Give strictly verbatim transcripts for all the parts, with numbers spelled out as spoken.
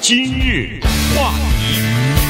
今日话题，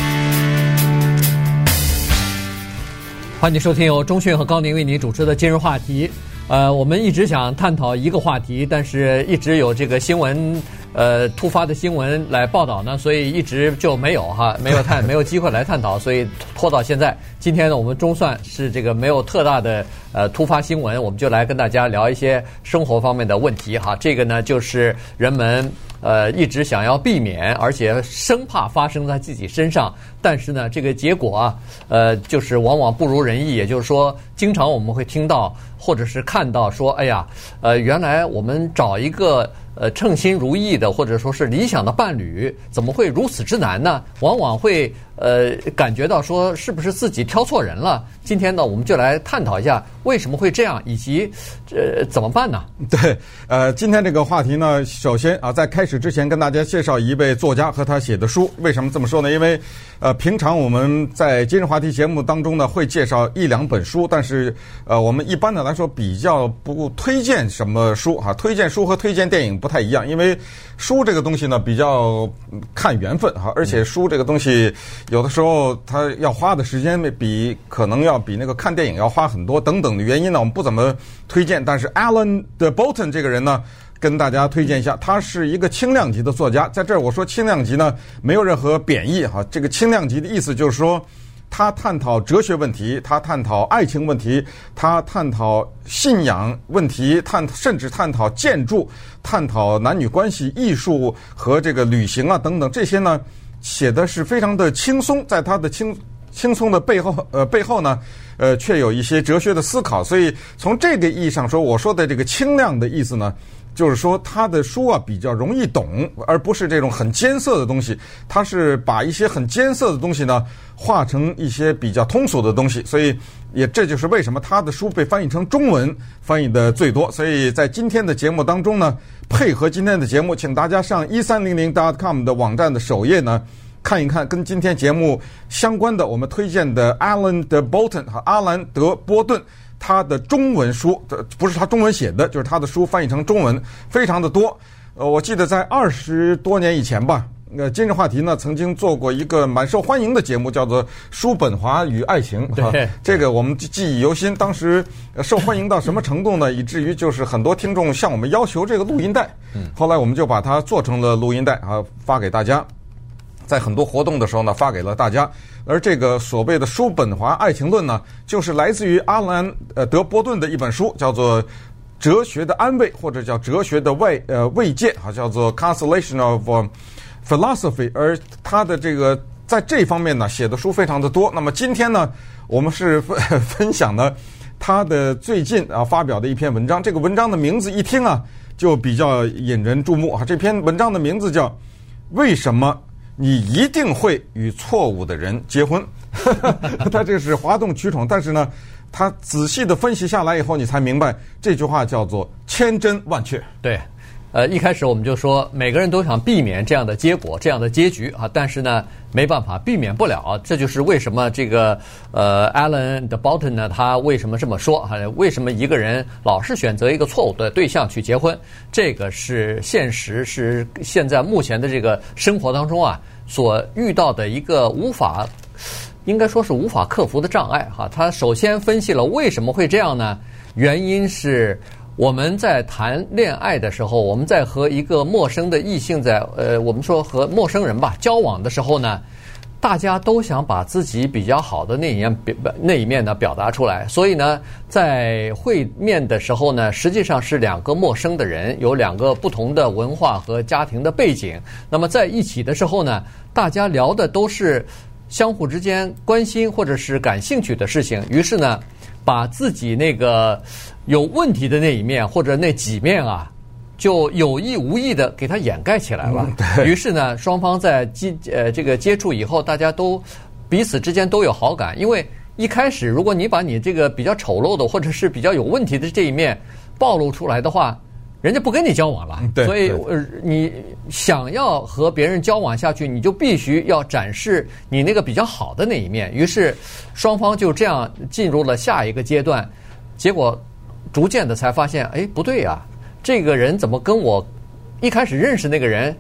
欢迎收听由钟讯和高宁为你主持的今日话题。呃，我们一直想探讨一个话题，但是一直有这个新闻，呃，突发的新闻来报道呢，所以一直就没有哈，没有探，没有机会来探讨，所以拖到现在。今天呢，我们中算是这个没有特大的呃突发新闻，我们就来跟大家聊一些生活方面的问题哈。这个呢，就是人们呃一直想要避免，而且生怕发生在自己身上，但是呢，这个结果啊，呃，就是往往不如人意。也就是说，经常我们会听到或者是看到说，哎呀，呃，原来我们找一个呃称心如意的或者说是理想的伴侣，怎么会如此之难呢？往往会呃感觉到说，是不是自己挑错人了？今天呢，我们就来探讨一下为什么会这样，以及呃怎么办呢？ 对，呃，今天这个话题呢，首先啊，在开始之前跟大家介绍一位作家和他写的书。为什么这么说呢？因为呃，平常我们在今日话题节目当中呢，会介绍一两本书，但是呃，我们一般的来说比较不推荐什么书哈、啊。推荐书和推荐电影不太一样，因为书这个东西呢比较看缘分哈、啊，而且书这个东西有的时候它要花的时间比可能要比那个看电影要花很多等等的原因呢，我们不怎么推荐。但是 Alan de Botton 这个人呢，跟大家推荐一下，他是一个轻量级的作家。在这儿我说轻量级呢，没有任何贬义哈。这个轻量级的意思就是说，他探讨哲学问题，他探讨爱情问题，他探讨信仰问题，探甚至探讨建筑，探讨男女关系、艺术和这个旅行啊等等，这些呢写的是非常的轻松，在他的轻轻松的背后，呃背后呢，呃却有一些哲学的思考。所以从这个意义上说，我说的这个轻量的意思呢，就是说他的书啊比较容易懂，而不是这种很艰涩的东西。他是把一些很艰涩的东西呢化成一些比较通俗的东西，所以也这就是为什么他的书被翻译成中文翻译的最多。所以在今天的节目当中呢，配合今天的节目，请大家上一三零零 dot com 的网站的首页呢，看一看跟今天节目相关的我们推荐的 Alan de Botton 和阿兰德波顿他的中文书，不是他中文写的，就是他的书翻译成中文非常的多。呃，我记得在二十多年以前吧，呃，今日话题呢曾经做过一个蛮受欢迎的节目，叫做《叔本华与爱情》。 对， 这个我们记忆犹新。当时受欢迎到什么程度呢？以至于就是很多听众向我们要求这个录音带。后来我们就把它做成了录音带啊，发给大家。在很多活动的时候呢，发给了大家。而这个所谓的叔本华爱情论呢，就是来自于阿兰呃德波顿的一本书，叫做《哲学的安慰》，或者叫《哲学的慰呃慰藉》，啊，叫做《Consolation of Philosophy》。而他的这个在这方面呢写的书非常的多。那么今天呢，我们是分分享呢他的最近啊发表的一篇文章。这个文章的名字一听啊就比较引人注目啊。这篇文章的名字叫《为什么你一定会与错误的人结婚》。他这是哗众取宠，但是呢，他仔细的分析下来以后，你才明白这句话叫做千真万确。 对，呃，一开始我们就说每个人都想避免这样的结果、这样的结局啊，但是呢，没办法，避免不了。这就是为什么这个呃 Alan de Botton 呢，他为什么这么说啊？为什么一个人老是选择一个错误的对象去结婚？这个是现实，是现在目前的这个生活当中啊所遇到的一个无法，应该说是无法克服的障碍哈。他首先分析了为什么会这样呢？原因是我们在谈恋爱的时候，我们在和一个陌生的异性在呃，我们说和陌生人吧交往的时候呢，大家都想把自己比较好的那一面那一面呢表达出来。所以呢，在会面的时候呢，实际上是两个陌生的人，有两个不同的文化和家庭的背景。那么在一起的时候呢，大家聊的都是相互之间关心或者是感兴趣的事情。于是呢，把自己那个有问题的那一面或者那几面啊，就有意无意的给它掩盖起来了。 嗯、 于是呢，双方在接呃这个接触以后，大家都彼此之间都有好感。因为一开始，如果你把你这个比较丑陋的或者是比较有问题的这一面暴露出来的话，人家不跟你交往了。 对， 所以呃，你想要和别人交往下去，你就必须要展示你那个比较好的那一面。于是双方就这样进入了下一个阶段，结果逐渐的才发现，哎，不对呀，这个人怎么跟我一开始认识那个人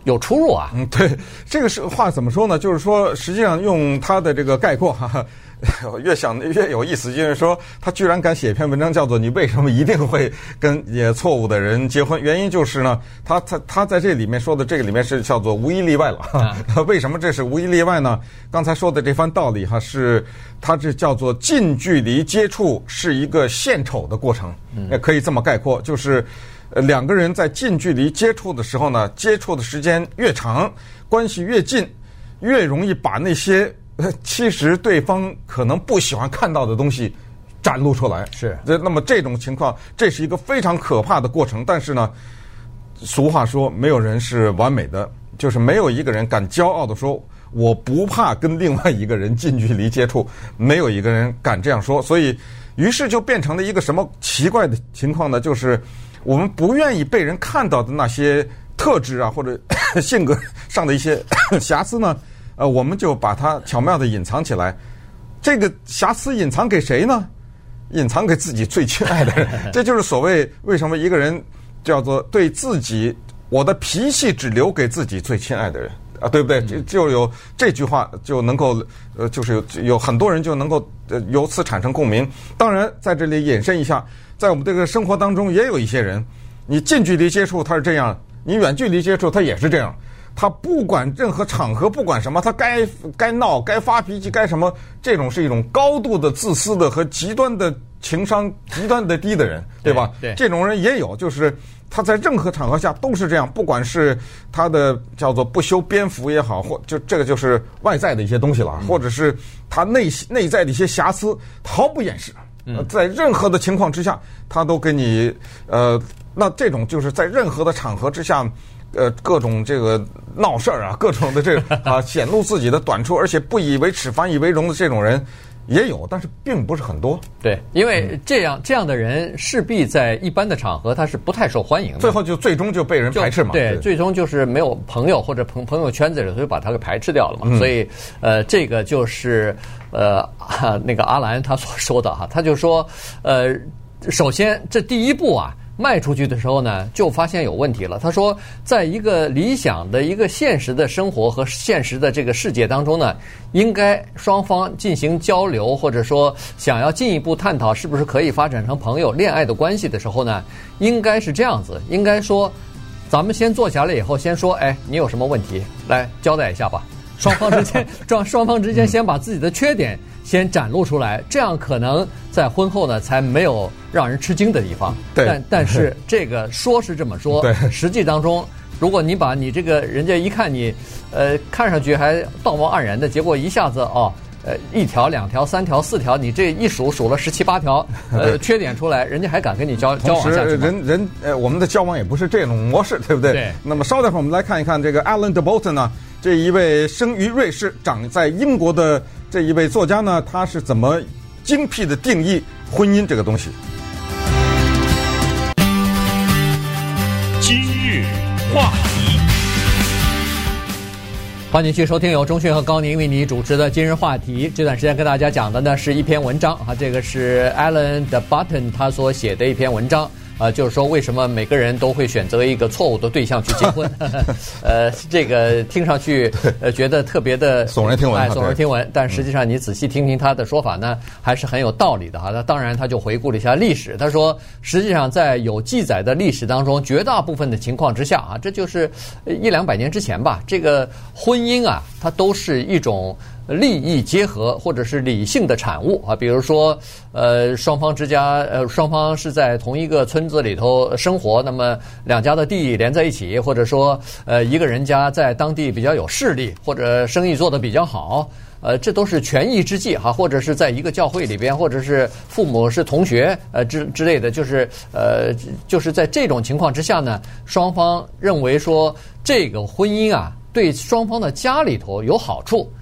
有出入啊。 嗯，对，这个是话怎么说呢？就是说，实际上用他的这个概括，哈哈，越想越有意思，就是说，他居然敢写一篇文章，叫做“你为什么一定会跟也错误的人结婚”？原因就是呢，他他他在这里面说的这个里面是叫做无一例外了。啊、为什么这是无一例外呢？刚才说的这番道理哈，是他这叫做近距离接触是一个献丑的过程，也可以这么概括，就是。呃，两个人在近距离接触的时候呢，接触的时间越长，关系越近，越容易把那些呃其实对方可能不喜欢看到的东西展露出来。 是， 这那么这种情况，这是一个非常可怕的过程。但是呢，俗话说，没有人是完美的，就是没有一个人敢骄傲的说我不怕跟另外一个人近距离接触，没有一个人敢这样说。所以，于是就变成了一个什么奇怪的情况呢？就是我们不愿意被人看到的那些特质啊，或者性格上的一些瑕疵呢，呃，我们就把它巧妙地隐藏起来。这个瑕疵隐藏给谁呢？隐藏给自己最亲爱的人。这就是所谓为什么一个人叫做对自己，我的脾气只留给自己最亲爱的人啊，对不对？就就有这句话就能够呃，就是有有很多人就能够呃由此产生共鸣。当然，在这里引申一下。在我们这个生活当中，也有一些人，你近距离接触他是这样，你远距离接触他也是这样。他不管任何场合，不管什么，他该该闹、该发脾气、该什么，这种是一种高度的自私的和极端的情商极端的低的人，对吧？ 对，对这种人也有，就是他在任何场合下都是这样，不管是他的叫做不修边幅也好，或就这个就是外在的一些东西了，嗯、或者是他内内在的一些瑕疵，毫不掩饰。呃，在任何的情况之下，他都给你呃，那这种就是在任何的场合之下，呃，各种这个闹事儿啊，各种的这个啊，显露自己的短处，而且不以为耻反以为荣的这种人也有，但是并不是很多。 对，因为这样、嗯、这样的人势必在一般的场合他是不太受欢迎的， 最后就最终就被人排斥嘛。 对，对最终就是没有朋友或者朋朋友圈子里头就把他给排斥掉了嘛。嗯、所以呃，这个就是呃那个阿兰他所说的哈，他就说呃，首先这第一步啊。卖出去的时候呢，就发现有问题了。他说，在一个理想的一个现实的生活和现实的这个世界当中呢，应该双方进行交流，或者说想要进一步探讨是不是可以发展成朋友、恋爱的关系的时候呢，应该是这样子，应该说，咱们先坐下来以后，先说，哎，你有什么问题，来交代一下吧。双方之间，双双方之间先把自己的缺点先展露出来，这样可能在婚后呢才没有让人吃惊的地方。 对， 但但是这个说是这么说， 对， 实际当中，如果你把你这个人家一看你，呃，看上去还道貌岸然的，结果一下子哦。呃，一条、两条、三条、四条，你这一数数了十七八条，呃，缺点出来，人家还敢跟你交交往下去吗？ 人人呃，我们的交往也不是这种模式，对不对？ 对。 那么稍待会儿，我们来看一看这个 Alan de Botton 呢，这一位生于瑞士、长在英国的这一位作家呢，他是怎么精辟的定义婚姻这个东西？ 今日话题。 欢迎继续收听由钟迅和高宁为你主持的今日话题。这段时间跟大家讲的呢是一篇文章啊，这个是 Alan de Botton 他所写的一篇文章啊、呃，就是说为什么每个人都会选择一个错误的对象去结婚。呃，这个听上去呃觉得特别的耸人听闻， 哎，耸人听闻，但实际上你仔细听听他的说法呢，还是很有道理的哈。那当然他就回顾了一下历史，他说实际上在有记载的历史当中，绝大部分的情况之下啊，这就是一两百年之前吧，这个婚姻啊，它都是一种利益结合或者是理性的产物啊，比如说呃双方之家呃双方是在同一个村子里头生活，那么两家的地连在一起，或者说呃一个人家在当地比较有势力，或者生意做得比较好，呃这都是权宜之计哈，或者是在一个教会里边，或者是父母是同学呃之之类的，就是呃就是在这种情况之下呢，双方认为说这个婚姻啊对双方的家里头有好处。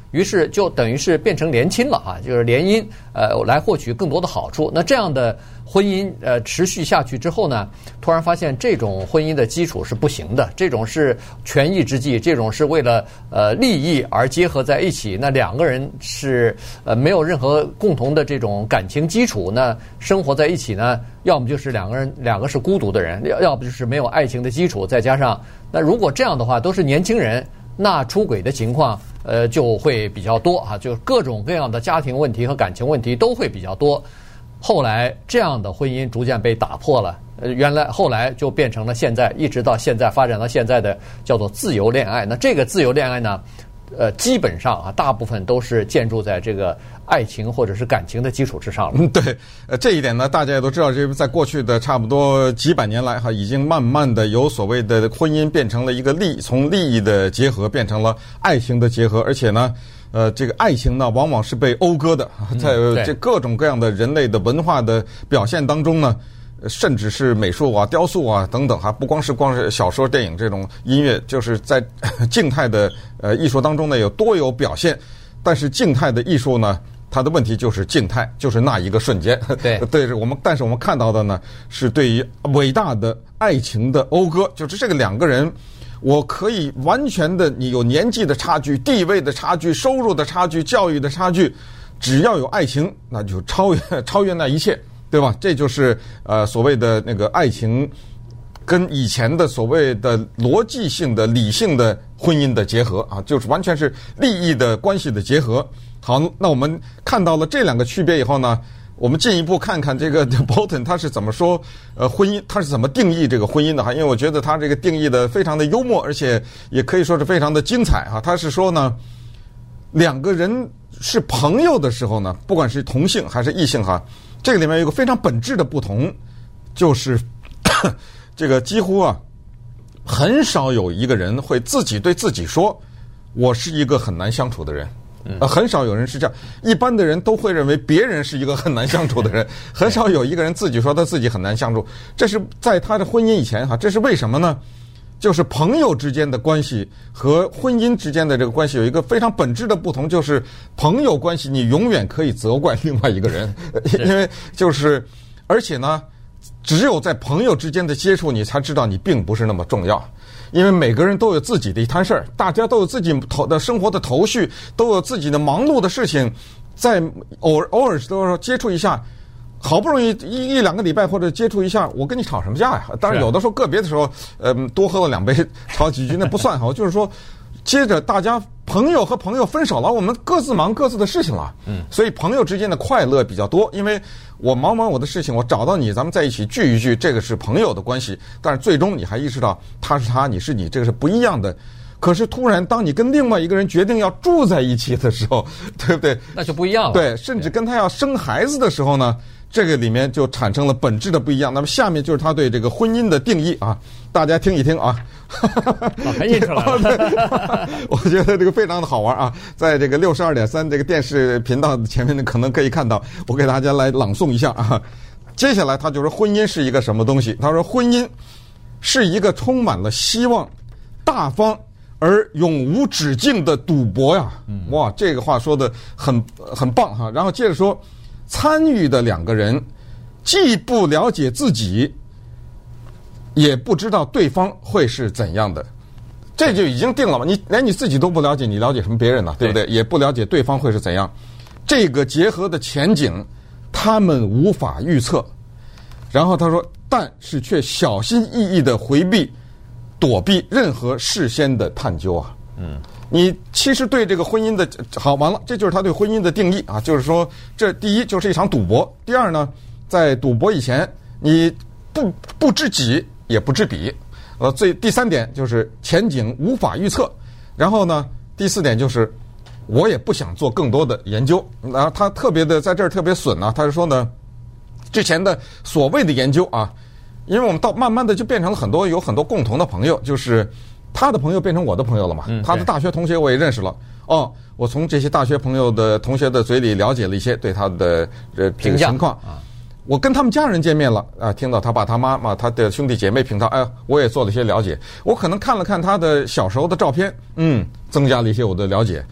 于是就等于是变成联亲了啊，就是联姻，呃，来获取更多的好处。那这样的婚姻呃持续下去之后呢，突然发现这种婚姻的基础是不行的，这种是权宜之计，这种是为了呃利益而结合在一起。那两个人是呃没有任何共同的这种感情基础，那生活在一起呢，要么就是两个人两个是孤独的人，要要不就是没有爱情的基础，再加上那如果这样的话都是年轻人，那出轨的情况呃就会比较多啊，就各种各样的家庭问题和感情问题都会比较多。后来这样的婚姻逐渐被打破了，呃，原来后来就变成了现在一直到现在发展到现在的叫做自由恋爱。那这个自由恋爱呢，呃，基本上啊，大部分都是建筑在这个爱情或者是感情的基础之上了。 嗯，对，呃，这一点呢，大家也都知道，这在过去的差不多几百年来哈，已经慢慢的有所谓的婚姻变成了一个利，从利益的结合变成了爱情的结合，而且呢。呃，这个爱情呢，往往是被讴歌的，在这各种各样的人类的文化的表现当中呢，甚至是美术啊、雕塑啊等等，哈，不光是光是小说、电影这种音乐，就是在静态的呃艺术当中呢，有多有表现。但是静态的艺术呢，它的问题就是静态，就是那一个瞬间。 对， 对，我们但是我们看到的呢，是对于伟大的爱情的讴歌，就是这个两个人。我可以完全的，你有年纪的差距、地位的差距、收入的差距、教育的差距，只要有爱情，那就超越超越那一切，对吧？这就是呃所谓的那个爱情，跟以前的所谓的逻辑性的、理性的婚姻的结合啊，就是完全是利益的关系的结合。好，那我们看到了这两个区别以后呢？我们进一步看看这个 Bolton 他是怎么说呃婚姻，他是怎么定义这个婚姻的哈？因为我觉得他这个定义的非常的幽默，而且也可以说是非常的精彩哈。他是说呢，两个人是朋友的时候呢，不管是同性还是异性哈，这个里面有一个非常本质的不同，就是这个几乎啊很少有一个人会自己对自己说，我是一个很难相处的人。呃，很少有人是这样，一般的人都会认为别人是一个很难相处的人，很少有一个人自己说他自己很难相处。这是在他的婚姻以前哈，这是为什么呢？就是朋友之间的关系和婚姻之间的这个关系有一个非常本质的不同，就是朋友关系你永远可以责怪另外一个人，因为就是而且呢，只有在朋友之间的接触，你才知道你并不是那么重要。因为每个人都有自己的一摊事儿，大家都有自己头的生活的头绪，都有自己的忙碌的事情，在偶尔偶尔都要接触一下，好不容易一一两个礼拜或者接触一下，我跟你吵什么架呀？当然有的时候个别的时候，呃，多喝了两杯吵几句那不算哈，就是说，接着大家朋友和朋友分手了，我们各自忙各自的事情了，嗯，所以朋友之间的快乐比较多，因为我忙忙我的事情，我找到你，咱们在一起聚一聚，这个是朋友的关系。但是最终你还意识到他是他，你是你，这个是不一样的。可是突然，当你跟另外一个人决定要住在一起的时候，对不对？ 那就不一样了。 对，甚至跟他要生孩子的时候呢，这个里面就产生了本质的不一样。那么下面就是他对这个婚姻的定义啊，大家听一听啊。 哦，还印出来了。 我觉得这个非常的好玩啊，在这个六十二点三这个电视频道前面呢，可能可以看到，我给大家来朗诵一下啊。接下来他就说婚姻是一个什么东西？他说婚姻是一个充满了希望、大方而永无止境的赌博呀！哇，这个话说的很很棒哈。然后接着说，参与的两个人既不了解自己，也不知道对方会是怎样的，这就已经定了嘛。你连你自己都不了解，你了解什么别人呢？对不对？也不了解对方会是怎样。这个结合的前景，他们无法预测。然后他说，但是却小心翼翼地回避、躲避任何事先的探究啊。嗯，你其实对这个婚姻的好完了，这就是他对婚姻的定义啊，就是说，这第一就是一场赌博，第二呢，在赌博以前，你不不知己也不知彼，呃，最第三点就是前景无法预测，然后呢，第四点就是我也不想做更多的研究。然后他特别的在这儿特别损啊，他是说呢，之前的所谓的研究啊，因为我们到慢慢的就变成了很多有很多共同的朋友，就是他的朋友变成我的朋友了嘛， 嗯、 他的大学同学我也认识了。哦，我从这些大学朋友的同学的嘴里了解了一些对他的呃这个情况啊。我跟他们家人见面了啊，听到他爸他妈妈他的兄弟姐妹评他，哎，我也做了一些了解。我可能看了看他的小时候的照片，嗯，增加了一些我的了解。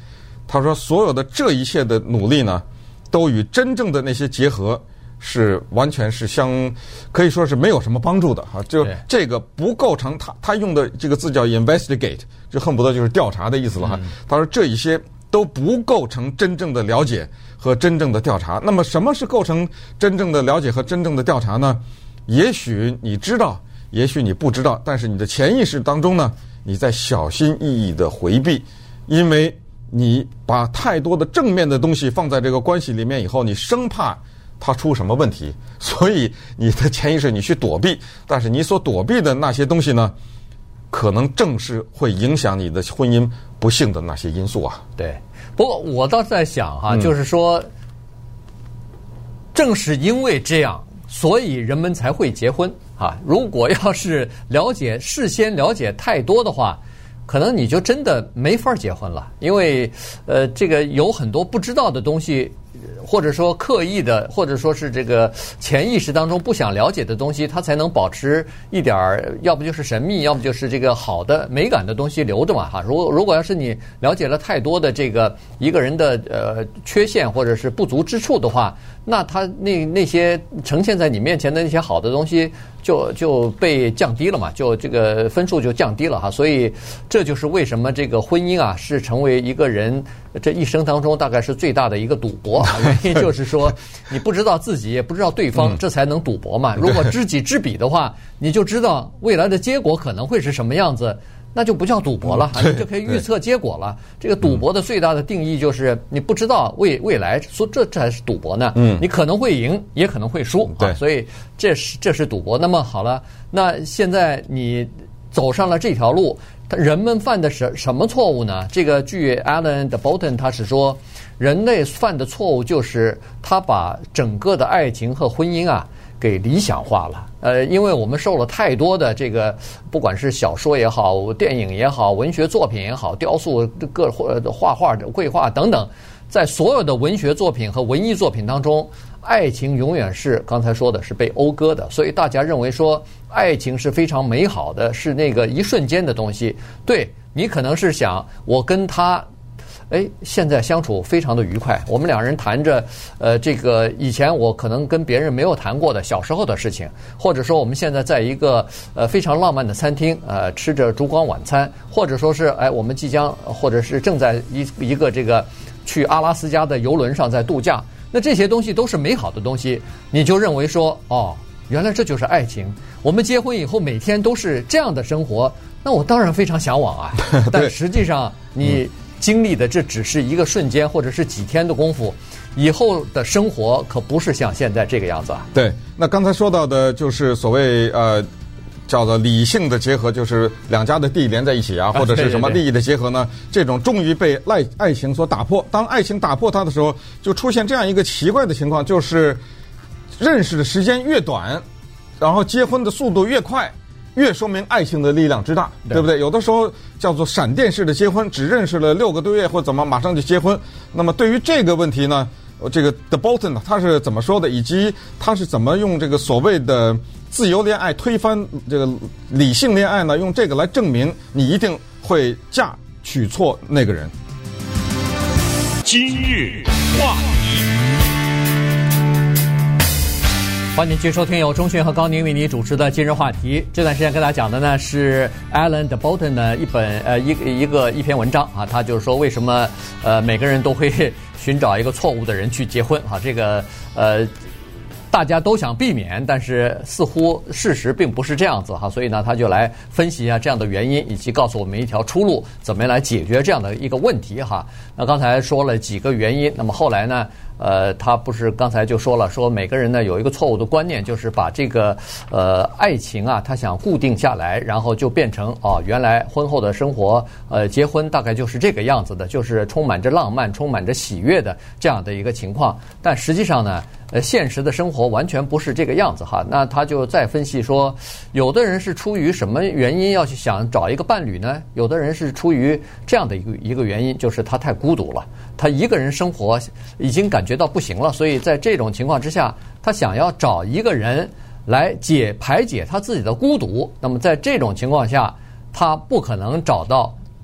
他说所有的这一切的努力呢，都与真正的那些结合是完全是相，可以说是没有什么帮助的哈。就这个不构成他他用的这个字叫 investigate， 就恨不得就是调查的意思了哈。嗯、他说这一些都不构成真正的了解和真正的调查。那么什么是构成真正的了解和真正的调查呢？也许你知道，也许你不知道，但是你的潜意识当中呢，你在小心翼翼的回避，因为你把太多的正面的东西放在这个关系里面以后，你生怕它出什么问题，所以你的潜意识你去躲避，但是你所躲避的那些东西呢，可能正是会影响你的婚姻不幸的那些因素啊。 对，不过我倒是在想哈、啊嗯，就是说，正是因为这样，所以人们才会结婚啊。如果要是了解事先了解太多的话，可能你就真的没法结婚了，因为呃，这个有很多不知道的东西。或者说刻意的，或者说是这个潜意识当中不想了解的东西，它才能保持一点儿，要不就是神秘，要不就是这个好的美感的东西留着嘛哈。如果如果要是你了解了太多的这个一个人的呃缺陷或者是不足之处的话，那他那那些呈现在你面前的那些好的东西就就被降低了嘛，就这个分数就降低了哈。所以这就是为什么这个婚姻啊是成为一个人这一生当中大概是最大的一个赌博。原因就是说，你不知道自己，也不知道对方，这才能赌博嘛。如果知己知彼的话，你就知道未来的结果可能会是什么样子，那就不叫赌博了，你就可以预测结果了。这个赌博的最大的定义就是你不知道未未来，说这这才是赌博呢。嗯，你可能会赢，也可能会输。对，所以这是这是赌博。那么好了，那现在你走上了这条路，人们犯的是什么错误呢？这个据 Alan de Botton 他是说，人类犯的错误就是他把整个的爱情和婚姻啊给理想化了。呃，因为我们受了太多的这个，不管是小说也好，电影也好，文学作品也好，雕塑、各画画、绘画等等，在所有的文学作品和文艺作品当中，爱情永远是刚才说的是被讴歌的，所以大家认为说爱情是非常美好的，是那个一瞬间的东西。对，你可能是想我跟他哎，现在相处非常的愉快，我们两人谈着呃这个以前我可能跟别人没有谈过的小时候的事情，或者说我们现在在一个呃非常浪漫的餐厅呃吃着烛光晚餐，或者说是哎我们即将或者是正在一一个这个去阿拉斯加的游轮上在度假，那这些东西都是美好的东西，你就认为说哦，原来这就是爱情，我们结婚以后每天都是这样的生活，那我当然非常向往啊。但实际上你、嗯经历的这只是一个瞬间，或者是几天的功夫，以后的生活可不是像现在这个样子啊。 对，那刚才说到的就是所谓呃叫做理性的结合，就是两家的地连在一起啊，或者是什么利益的结合呢？啊、对对对，这种终于被爱爱情所打破。当爱情打破它的时候，就出现这样一个奇怪的情况，就是认识的时间越短，然后结婚的速度越快。越说明爱情的力量之大，对不对？有的时候叫做闪电式的结婚，只认识了六个多月或怎么，马上就结婚。那么对于这个问题呢，这个 de Botton 他是怎么说的，以及他是怎么用这个所谓的自由恋爱推翻这个理性恋爱呢？用这个来证明你一定会嫁娶错那个人。 今日话题。 欢迎继续收听由钟迅和高宁为你主持的今日话题。这段时间跟大家讲的呢是 Alan de Botton 的一本呃一一个一篇文章啊，他就是说为什么呃每个人都会寻找一个错误的人去结婚啊，这个呃大家都想避免，但是似乎事实并不是这样子哈，所以呢他就来分析一下这样的原因，以及告诉我们一条出路，怎么样来解决这样的一个问题哈。那刚才说了几个原因，那么后来呢？呃，他不是刚才就说了，说每个人呢有一个错误的观念，就是把这个呃爱情啊，他想固定下来，然后就变成哦，原来婚后的生活，呃，结婚大概就是这个样子的，就是充满着浪漫、充满着喜悦的这样的一个情况。但实际上呢，呃，现实的生活完全不是这个样子哈。那他就再分析说，有的人是出于什么原因要去想找一个伴侣呢？有的人是出于这样的一个一个原因，就是他太孤独了，他一个人生活已经感觉到不行了，所以在这种情况之下，他想要找一个人来解排解他自己的孤独。那么在这种情况下，他不可能找到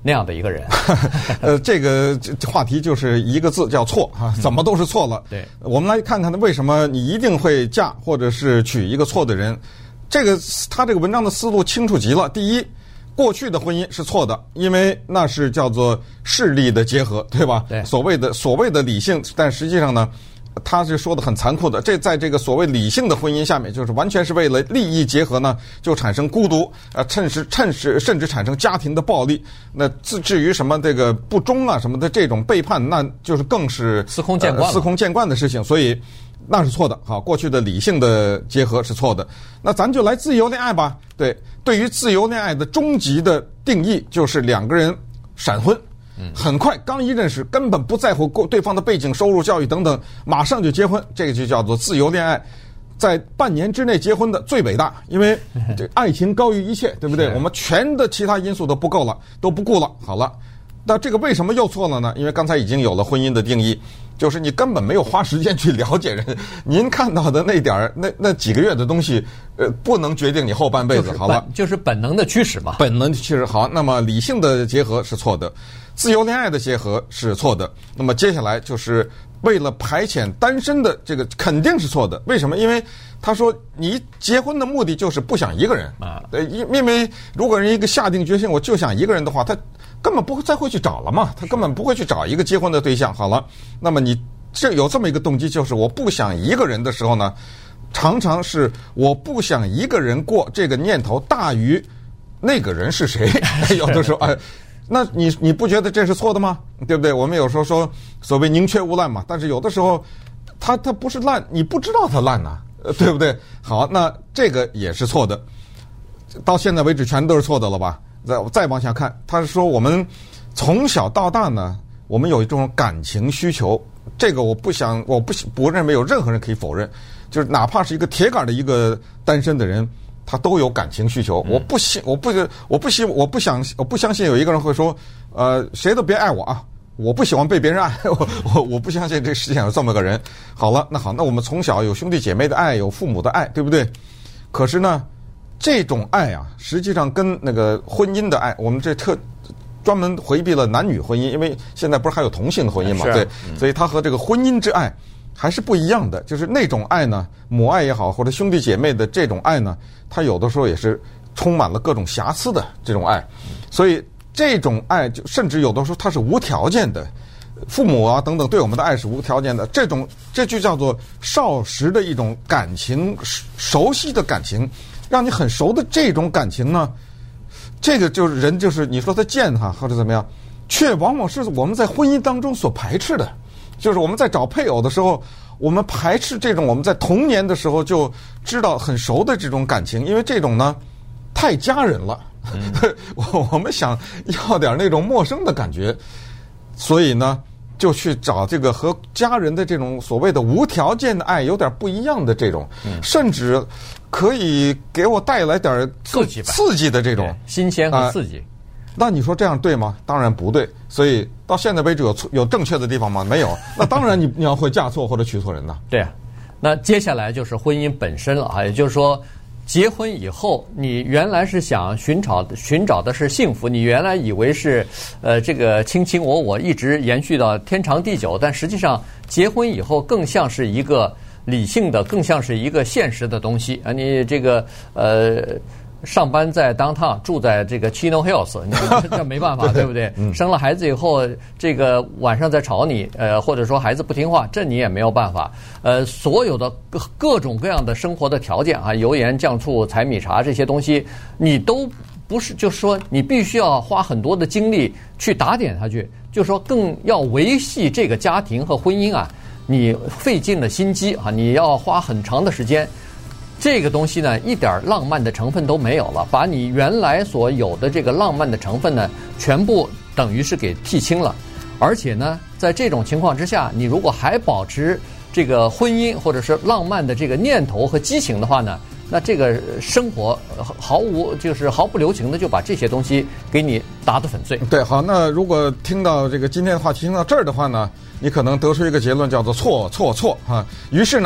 那样的一个人。 呃，这个话题就是一个字，叫错啊，怎么都是错了。 嗯、对， 我们来看看他为什么你一定会嫁或者是娶一个错的人。这个他这个文章的思路清楚极了。第一，过去的婚姻是错的，因为那是叫做势力的结合，对吧？ 对， 所谓的所谓的理性，但实际上呢，他是说的很残酷的。这在这个所谓理性的婚姻下面，就是完全是为了利益结合呢，就产生孤独，呃，趁时趁时甚至产生家庭的暴力。那至至于什么这个不忠啊什么的这种背叛，那就是更是司空见惯了、 呃、司空见惯的事情。所以那是错的。好，过去的理性的结合是错的。那咱就来自由恋爱吧。对，对于自由恋爱的终极的定义，就是两个人闪婚。很快，刚一认识，根本不在乎对方的背景、收入、教育等等，马上就结婚，这个就叫做自由恋爱。在半年之内结婚的最伟大，因为这爱情高于一切，对不对？我们全的其他因素都不够了，都不顾了。好了，那这个为什么又错了呢？因为刚才已经有了婚姻的定义，就是你根本没有花时间去了解人，您看到的那点儿、那那几个月的东西，呃，不能决定你后半辈子。好了， 就是本能的驱使嘛。 本能的驱使。好，那么理性的结合是错的。自由恋爱的结合是错的，那么接下来就是为了排遣单身的这个肯定是错的。为什么？因为他说你结婚的目的就是不想一个人啊，对，因因为如果人一个下定决心我就想一个人的话，他根本不会再会去找了嘛，他根本不会去找一个结婚的对象。好了，那么你这有这么一个动机，就是我不想一个人的时候呢，常常是我不想一个人过这个念头大于那个人是谁。有的时候哎。那你你不觉得这是错的吗？对不对？我们有时候说所谓宁缺毋滥嘛，但是有的时候它它不是烂，你不知道它烂呐、啊，对不对？好，那这个也是错的。到现在为止全都是错的了吧？再再往下看，他是说我们从小到大呢，我们有一种感情需求，这个我不想，我不不认为有任何人可以否认，就是哪怕是一个铁杆的一个单身的人。他都有感情需求，我不信，我不，我不希，我不想，我不相信有一个人会说，呃，谁都别爱我啊，我不喜欢被别人爱，我我我不相信这世界上有这么个人。好了，那好，那我们从小有兄弟姐妹的爱，有父母的爱，对不对？可是呢，这种爱啊，实际上跟那个婚姻的爱，我们这特专门回避了男女婚姻，因为现在不是还有同性的婚姻嘛，对，所以他和这个婚姻之爱还是不一样的。就是那种爱呢，母爱也好，或者兄弟姐妹的这种爱呢，它有的时候也是充满了各种瑕疵的这种爱，所以这种爱就甚至有的时候它是无条件的，父母啊等等对我们的爱是无条件的。这种这就叫做少时的一种感情，熟悉的感情，让你很熟的这种感情呢，这个就是人就是你说他贱哈或者怎么样，却往往是我们在婚姻当中所排斥的。就是我们在找配偶的时候，我们排斥这种我们在童年的时候就知道很熟的这种感情，因为这种呢太家人了，嗯、我我们想要点那种陌生的感觉，所以呢就去找这个和家人的这种所谓的无条件的爱有点不一样的这种，嗯、甚至可以给我带来点刺激刺激的这种新鲜和刺激。 呃那你说这样对吗？当然不对。所以到现在为止有有正确的地方吗？没有。那当然你你要会嫁错或者娶错人呢。 对啊。那接下来就是婚姻本身了啊，也就是说，结婚以后，你原来是想寻找寻找的是幸福，你原来以为是呃这个卿卿我我一直延续到天长地久，但实际上结婚以后更像是一个理性的，更像是一个现实的东西啊。你这个呃。上班在 downtown， 住在这个 Chino Hills， 你这没办法，对不对？嗯、生了孩子以后，这个晚上再吵你，呃，或者说孩子不听话，这你也没有办法。呃，所有的各各种各样的生活的条件啊，油盐酱醋柴米茶这些东西，你都不是，就是说你必须要花很多的精力去打点它去，就是说更要维系这个家庭和婚姻啊，你费尽了心机啊，你要花很长的时间。这个东西呢，一点浪漫的成分都没有了，把你原来所有的这个浪漫的成分呢，全部等于是给剔清了。而且呢，在这种情况之下，你如果还保持这个婚姻或者是浪漫的这个念头和激情的话呢，那这个生活毫无就是毫不留情的就把这些东西给你打得粉碎。 对，好，那如果听到这个今天的话题听到这儿的话呢，你可能得出一个结论，叫做错错错啊。于是呢，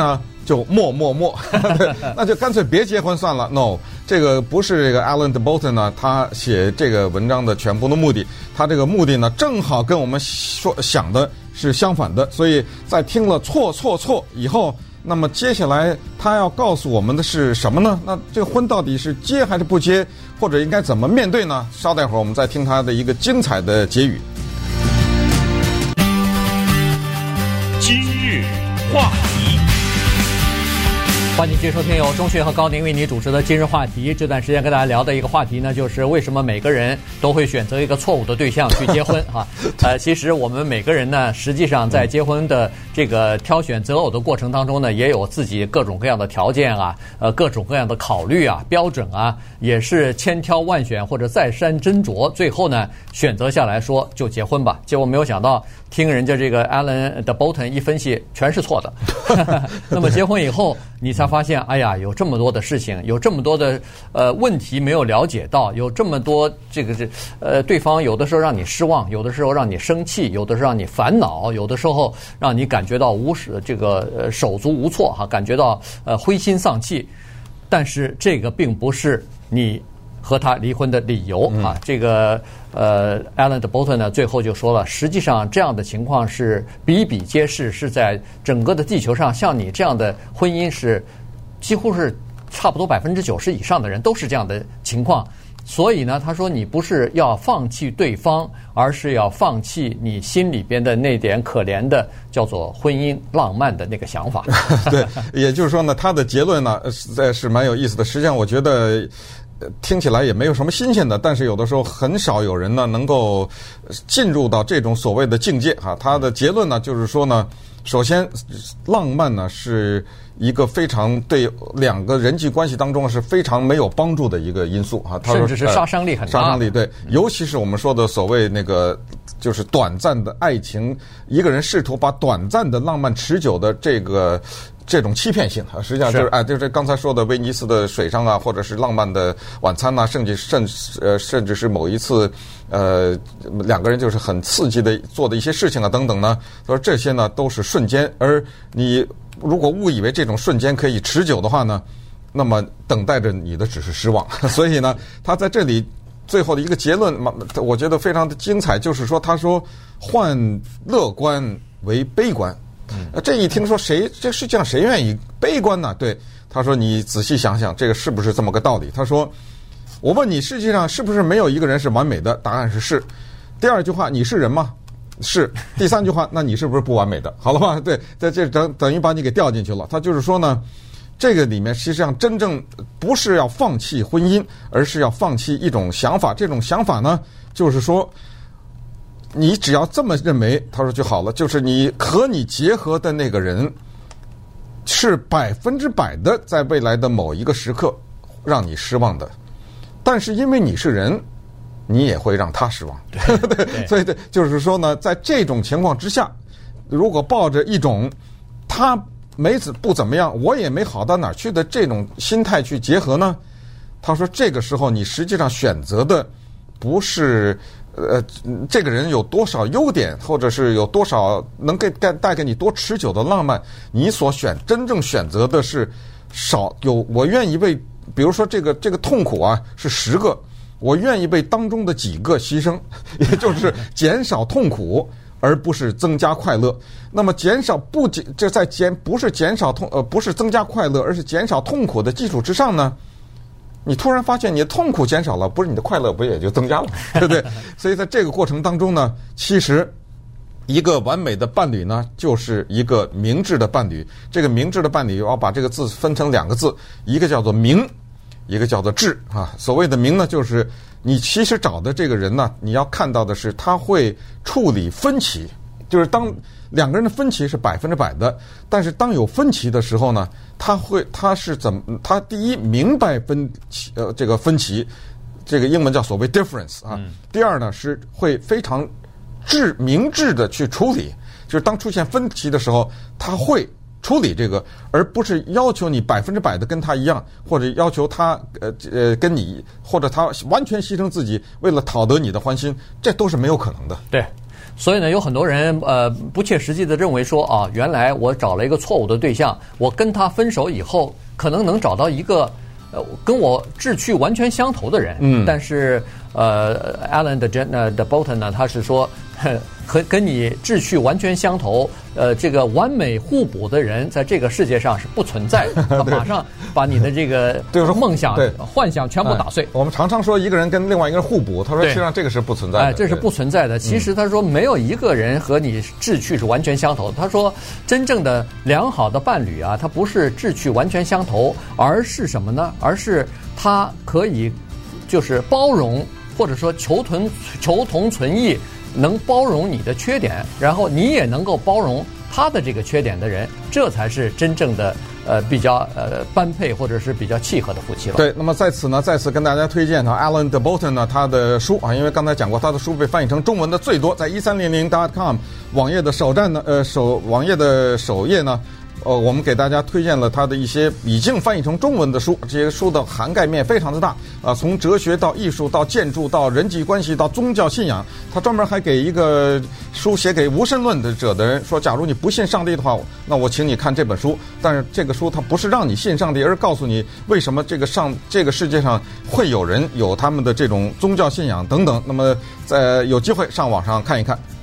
就默默默，那就干脆别结婚算了。No， 这个不是这个 Alan de Botton 呢，他写这个文章的全部的目的，他这个目的呢，正好跟我们说想的是相反的。所以在听了错错错以后，那么接下来他要告诉我们的是什么呢？那这个婚到底是结还是不结，或者应该怎么面对呢？稍待会儿我们再听他的一个精彩的结语。 今日话题， 欢迎继续收听由钟迅和高宁为你主持的今日话题。这段时间跟大家聊的一个话题呢，就是为什么每个人都会选择一个错误的对象去结婚哈？呃，其实我们每个人呢，实际上在结婚的这个挑选择偶的过程当中呢，也有自己各种各样的条件啊，呃，各种各样的考虑啊、标准啊，也是千挑万选或者再三斟酌，最后呢选择下来说就结婚吧。结果没有想到，听人家这个 Alan de Botton 一分析，全是错的。那么结婚以后，你才发现，哎呀，有这么多的事情，有这么多的呃问题没有了解到，有这么多这个这呃对方有的时候让你失望，有的时候让你生气，有的时候让你烦恼，有的时候让你感觉到无始这个呃手足无措哈，感觉到呃灰心丧气。但是这个并不是你和他离婚的理由啊。这个呃 Alan de Botton 呢，最后就说了，实际上这样的情况是比比皆是，是在整个的地球上，像你这样的婚姻是几乎是差不多百分之九十以上的人都是这样的情况。所以呢，他说你不是要放弃对方，而是要放弃你心里边的那点可怜的叫做婚姻浪漫的那个想法。 对，也就是说呢，他的结论呢，实在是蛮有意思的。实际上，我觉得听起来也没有什么新鲜的，但是有的时候很少有人呢能够进入到这种所谓的境界哈。他的结论呢，就是说呢，首先浪漫呢是一个非常对两个人际关系当中是非常没有帮助的一个因素啊， 甚至是杀伤力很大。 杀伤力对，尤其是我们说的所谓那个就是短暂的爱情，一个人试图把短暂的浪漫持久的这个这种欺骗性啊，实际上就是哎，就是刚才说的威尼斯的水上啊，或者是浪漫的晚餐呐、啊，甚至甚呃甚至是某一次呃两个人就是很刺激的做的一些事情啊等等呢，他说这些呢都是瞬间，而你如果误以为这种瞬间可以持久的话呢，那么等待着你的只是失望。所以呢，他在这里最后的一个结论，我觉得非常的精彩，就是说他说换乐观为悲观。嗯，这一听说谁这世界上谁愿意悲观呢？对，他说你仔细想想，这个是不是这么个道理？他说，我问你，世界上是不是没有一个人是完美的？答案是是。第二句话，你是人吗？是。第三句话，那你是不是不完美的？好了吧？对，在这等等于把你给掉进去了。他就是说呢，这个里面实际上真正不是要放弃婚姻，而是要放弃一种想法。这种想法呢，就是说，你只要这么认为，他说就好了，就是你和你结合的那个人是百分之百的在未来的某一个时刻让你失望的，但是因为你是人，你也会让他失望。对对，所以对，就是说呢，在这种情况之下，如果抱着一种他没不怎么样，我也没好到哪儿去的这种心态去结合呢，他说这个时候你实际上选择的不是呃，这个人有多少优点，或者是有多少能给带带给你多持久的浪漫，你所选真正选择的是少有，我愿意为，比如说这个这个痛苦啊是十个，我愿意为当中的几个牺牲，也就是减少痛苦，而不是增加快乐。那么减少不减，这在减不是减少痛呃不是增加快乐，而是减少痛苦的基础之上呢，你突然发现你的痛苦减少了，不是你的快乐不也就增加了，对不对？所以在这个过程当中呢，其实一个完美的伴侣呢，就是一个明智的伴侣。这个明智的伴侣，我要把这个字分成两个字，一个叫做明，一个叫做智啊。所谓的明呢，就是你其实找的这个人呢，你要看到的是他会处理分歧，就是当两个人的分歧是百分之百的，但是当有分歧的时候呢，他会他是怎么？他第一明白分歧呃这个分歧，这个英文叫所谓 difference 啊。嗯、第二呢是会非常智明智的去处理，就是当出现分歧的时候，他会处理这个，而不是要求你百分之百的跟他一样，或者要求他呃呃跟你，或者他完全牺牲自己为了讨得你的欢心，这都是没有可能的。 对。 所以呢，有很多人呃不切实际的认为说啊，原来我找了一个错误的对象，我跟他分手以后，可能能找到一个呃跟我志趣完全相投的人。嗯，但是呃 ，Alan 的 Jen 的 Bolton 呢，他是说和跟你志趣完全相投，呃，这个完美互补的人在这个世界上是不存在的。他马上把你的这个梦想、幻想全部打碎。 哎、我们常常说一个人跟另外一个人互补，他说实际上这个是不存在的。 哎，这是不存在的。其实他说没有一个人和你志趣是完全相投。他说真正的良好的伴侣啊，他不是志趣完全相投，而是什么呢？而是他可以就是包容，或者说求同求同存异。能包容你的缺点，然后你也能够包容他的这个缺点的人，这才是真正的呃比较呃般配或者是比较契合的夫妻了。 对，那么在此呢，再次跟大家推荐他 Alan de Botton 呢他的书啊，因为刚才讲过他的书被翻译成中文的最多，在一三零零 dot com 网页的首站呢，呃首网页的首页呢。呃，我们给大家推荐了他的一些已经翻译成中文的书，这些书的涵盖面非常的大啊，从哲学到艺术到建筑到人际关系到宗教信仰，他专门还给一个书写给无神论者的人说，假如你不信上帝的话，那我请你看这本书。但是这个书它不是让你信上帝，而是告诉你为什么这个上这个世界上会有人有他们的这种宗教信仰等等。那么在有机会上网上看一看。